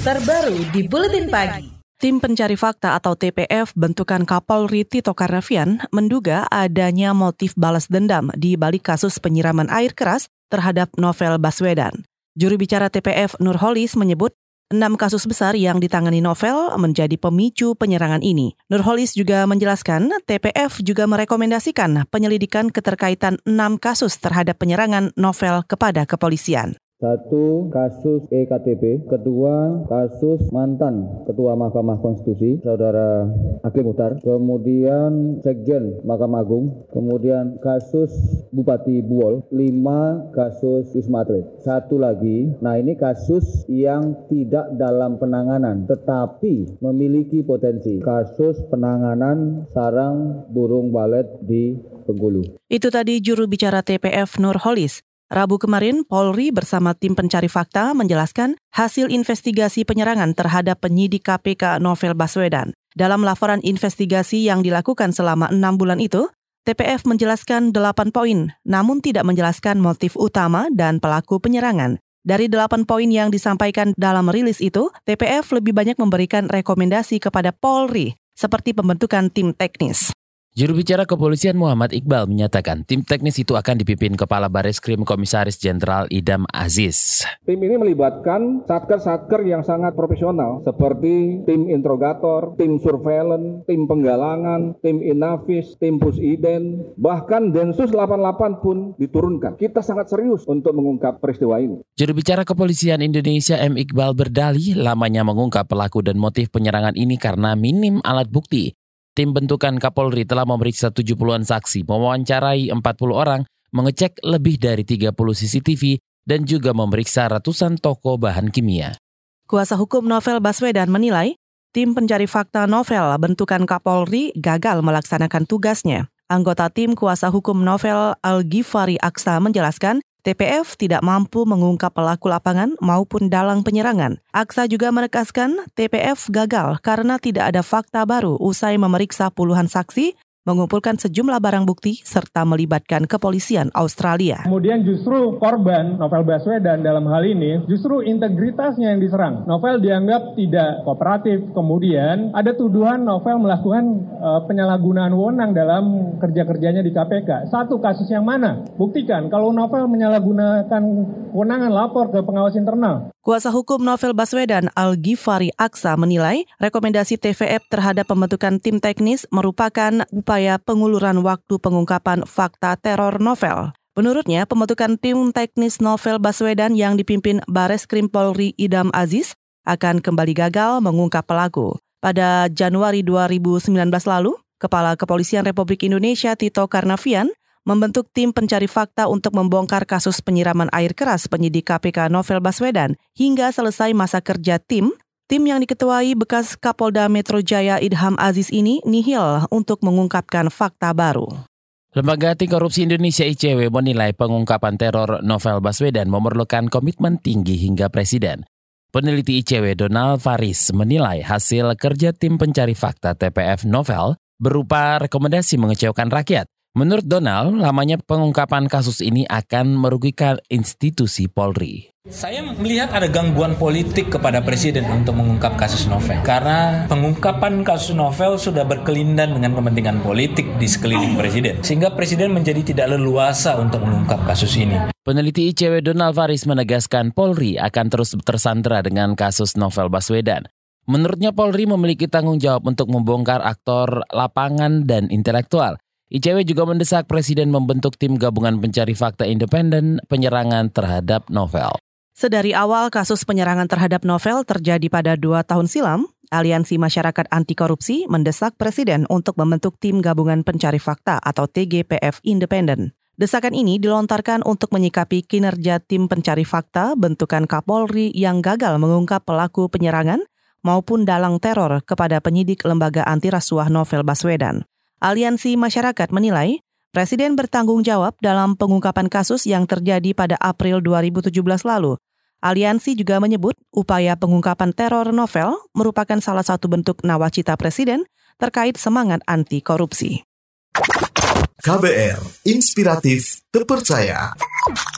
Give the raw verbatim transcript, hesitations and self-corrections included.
terbaru di Buletin Pagi. Tim Pencari Fakta atau T P F bentukan Kapolri Tito Karnavian menduga adanya motif balas dendam di balik kasus penyiraman air keras terhadap Novel Baswedan. Juru bicara T P F Nurholis menyebut enam kasus besar yang ditangani Novel menjadi pemicu penyerangan ini. Nurholis juga menjelaskan T P F juga merekomendasikan penyelidikan keterkaitan enam kasus terhadap penyerangan Novel kepada kepolisian. Satu, kasus E K T P. Kedua, kasus mantan Ketua Mahkamah Konstitusi, Saudara Hakim Muchtar. Kemudian Sekjen Mahkamah Agung. Kemudian kasus Bupati Buol. Lima, kasus Wisma Atlet. Satu lagi, nah ini kasus yang tidak dalam penanganan, tetapi memiliki potensi. Kasus penanganan sarang burung walet di Bengkulu. Itu tadi juru bicara T P F Nurholis. Rabu kemarin, Polri bersama tim pencari fakta menjelaskan hasil investigasi penyerangan terhadap penyidik K P K Novel Baswedan. Dalam laporan investigasi yang dilakukan selama enam bulan itu, T P F menjelaskan delapan poin, namun tidak menjelaskan motif utama dan pelaku penyerangan. Dari delapan poin yang disampaikan dalam rilis itu, T P F lebih banyak memberikan rekomendasi kepada Polri, seperti pembentukan tim teknis. Juru bicara Kepolisian Muhammad Iqbal menyatakan tim teknis itu akan dipimpin Kepala Bareskrim Komisaris Jenderal Idham Aziz. Tim ini melibatkan satker-satker yang sangat profesional seperti tim interrogator, tim surveillance, tim penggalangan, tim Inavis, tim Pusiden, bahkan Densus delapan puluh delapan pun diturunkan. Kita sangat serius untuk mengungkap peristiwa ini. Juru bicara Kepolisian Indonesia M. Iqbal berdalih lamanya mengungkap pelaku dan motif penyerangan ini karena minim alat bukti. Tim bentukan Kapolri telah memeriksa tujuh puluhan saksi, mewawancarai empat puluh orang, mengecek lebih dari tiga puluh C C T V, dan juga memeriksa ratusan toko bahan kimia. Kuasa hukum Novel Baswedan menilai, tim pencari fakta Novel bentukan Kapolri gagal melaksanakan tugasnya. Anggota tim kuasa hukum Novel Al-Ghifari Aksa menjelaskan, T P F tidak mampu mengungkap pelaku lapangan maupun dalang penyerangan. Aksa juga menegaskan T P F gagal karena tidak ada fakta baru usai memeriksa puluhan saksi, mengumpulkan sejumlah barang bukti, serta melibatkan kepolisian Australia. Kemudian justru korban Novel Baswedan dalam hal ini, justru integritasnya yang diserang. Novel dianggap tidak kooperatif, kemudian ada tuduhan Novel melakukan uh, penyalahgunaan wewenang dalam kerja-kerjanya di K P K. Satu kasus yang mana? Buktikan, kalau Novel menyalahgunakan kewenangan lapor ke pengawas internal. Kuasa hukum Novel Baswedan Al-Ghifari Aksa menilai rekomendasi T V F terhadap pembentukan tim teknis merupakan upaya penguluran waktu pengungkapan fakta teror Novel. Menurutnya, pembentukan tim teknis Novel Baswedan yang dipimpin Bareskrim Polri Idham Aziz akan kembali gagal mengungkap pelaku. Pada Januari dua ribu sembilan belas lalu, Kepala Kepolisian Republik Indonesia Tito Karnavian membentuk tim pencari fakta untuk membongkar kasus penyiraman air keras penyidik K P K Novel Baswedan hingga selesai masa kerja tim. Tim yang diketuai bekas Kapolda Metro Jaya Idham Aziz ini nihil untuk mengungkapkan fakta baru. Lembaga Anti Korupsi Indonesia I C W menilai pengungkapan teror Novel Baswedan memerlukan komitmen tinggi hingga presiden. Peneliti I C W Donald Faris menilai hasil kerja tim pencari fakta T P F Novel berupa rekomendasi mengecewakan rakyat. Menurut Donald, lamanya pengungkapan kasus ini akan merugikan institusi Polri. Saya melihat ada gangguan politik kepada Presiden untuk mengungkap kasus Novel. Karena pengungkapan kasus Novel sudah berkelindan dengan kepentingan politik di sekeliling Presiden. Sehingga Presiden menjadi tidak leluasa untuk mengungkap kasus ini. Peneliti I C W Donald Faris menegaskan Polri akan terus tersandera dengan kasus Novel Baswedan. Menurutnya Polri memiliki tanggung jawab untuk membongkar aktor lapangan dan intelektual. I C W juga mendesak Presiden membentuk tim gabungan pencari fakta independen penyerangan terhadap Novel. Sedari awal kasus penyerangan terhadap Novel terjadi pada dua tahun silam, Aliansi Masyarakat Anti Korupsi mendesak Presiden untuk membentuk tim gabungan pencari fakta atau T G P F independen. Desakan ini dilontarkan untuk menyikapi kinerja tim pencari fakta bentukan Kapolri yang gagal mengungkap pelaku penyerangan maupun dalang teror kepada penyidik lembaga anti rasuah Novel Baswedan. Aliansi Masyarakat menilai Presiden bertanggung jawab dalam pengungkapan kasus yang terjadi pada April dua ribu tujuh belas lalu. Aliansi juga menyebut upaya pengungkapan teror Novel merupakan salah satu bentuk nawacita Presiden terkait semangat anti korupsi. K B R, inspiratif, terpercaya.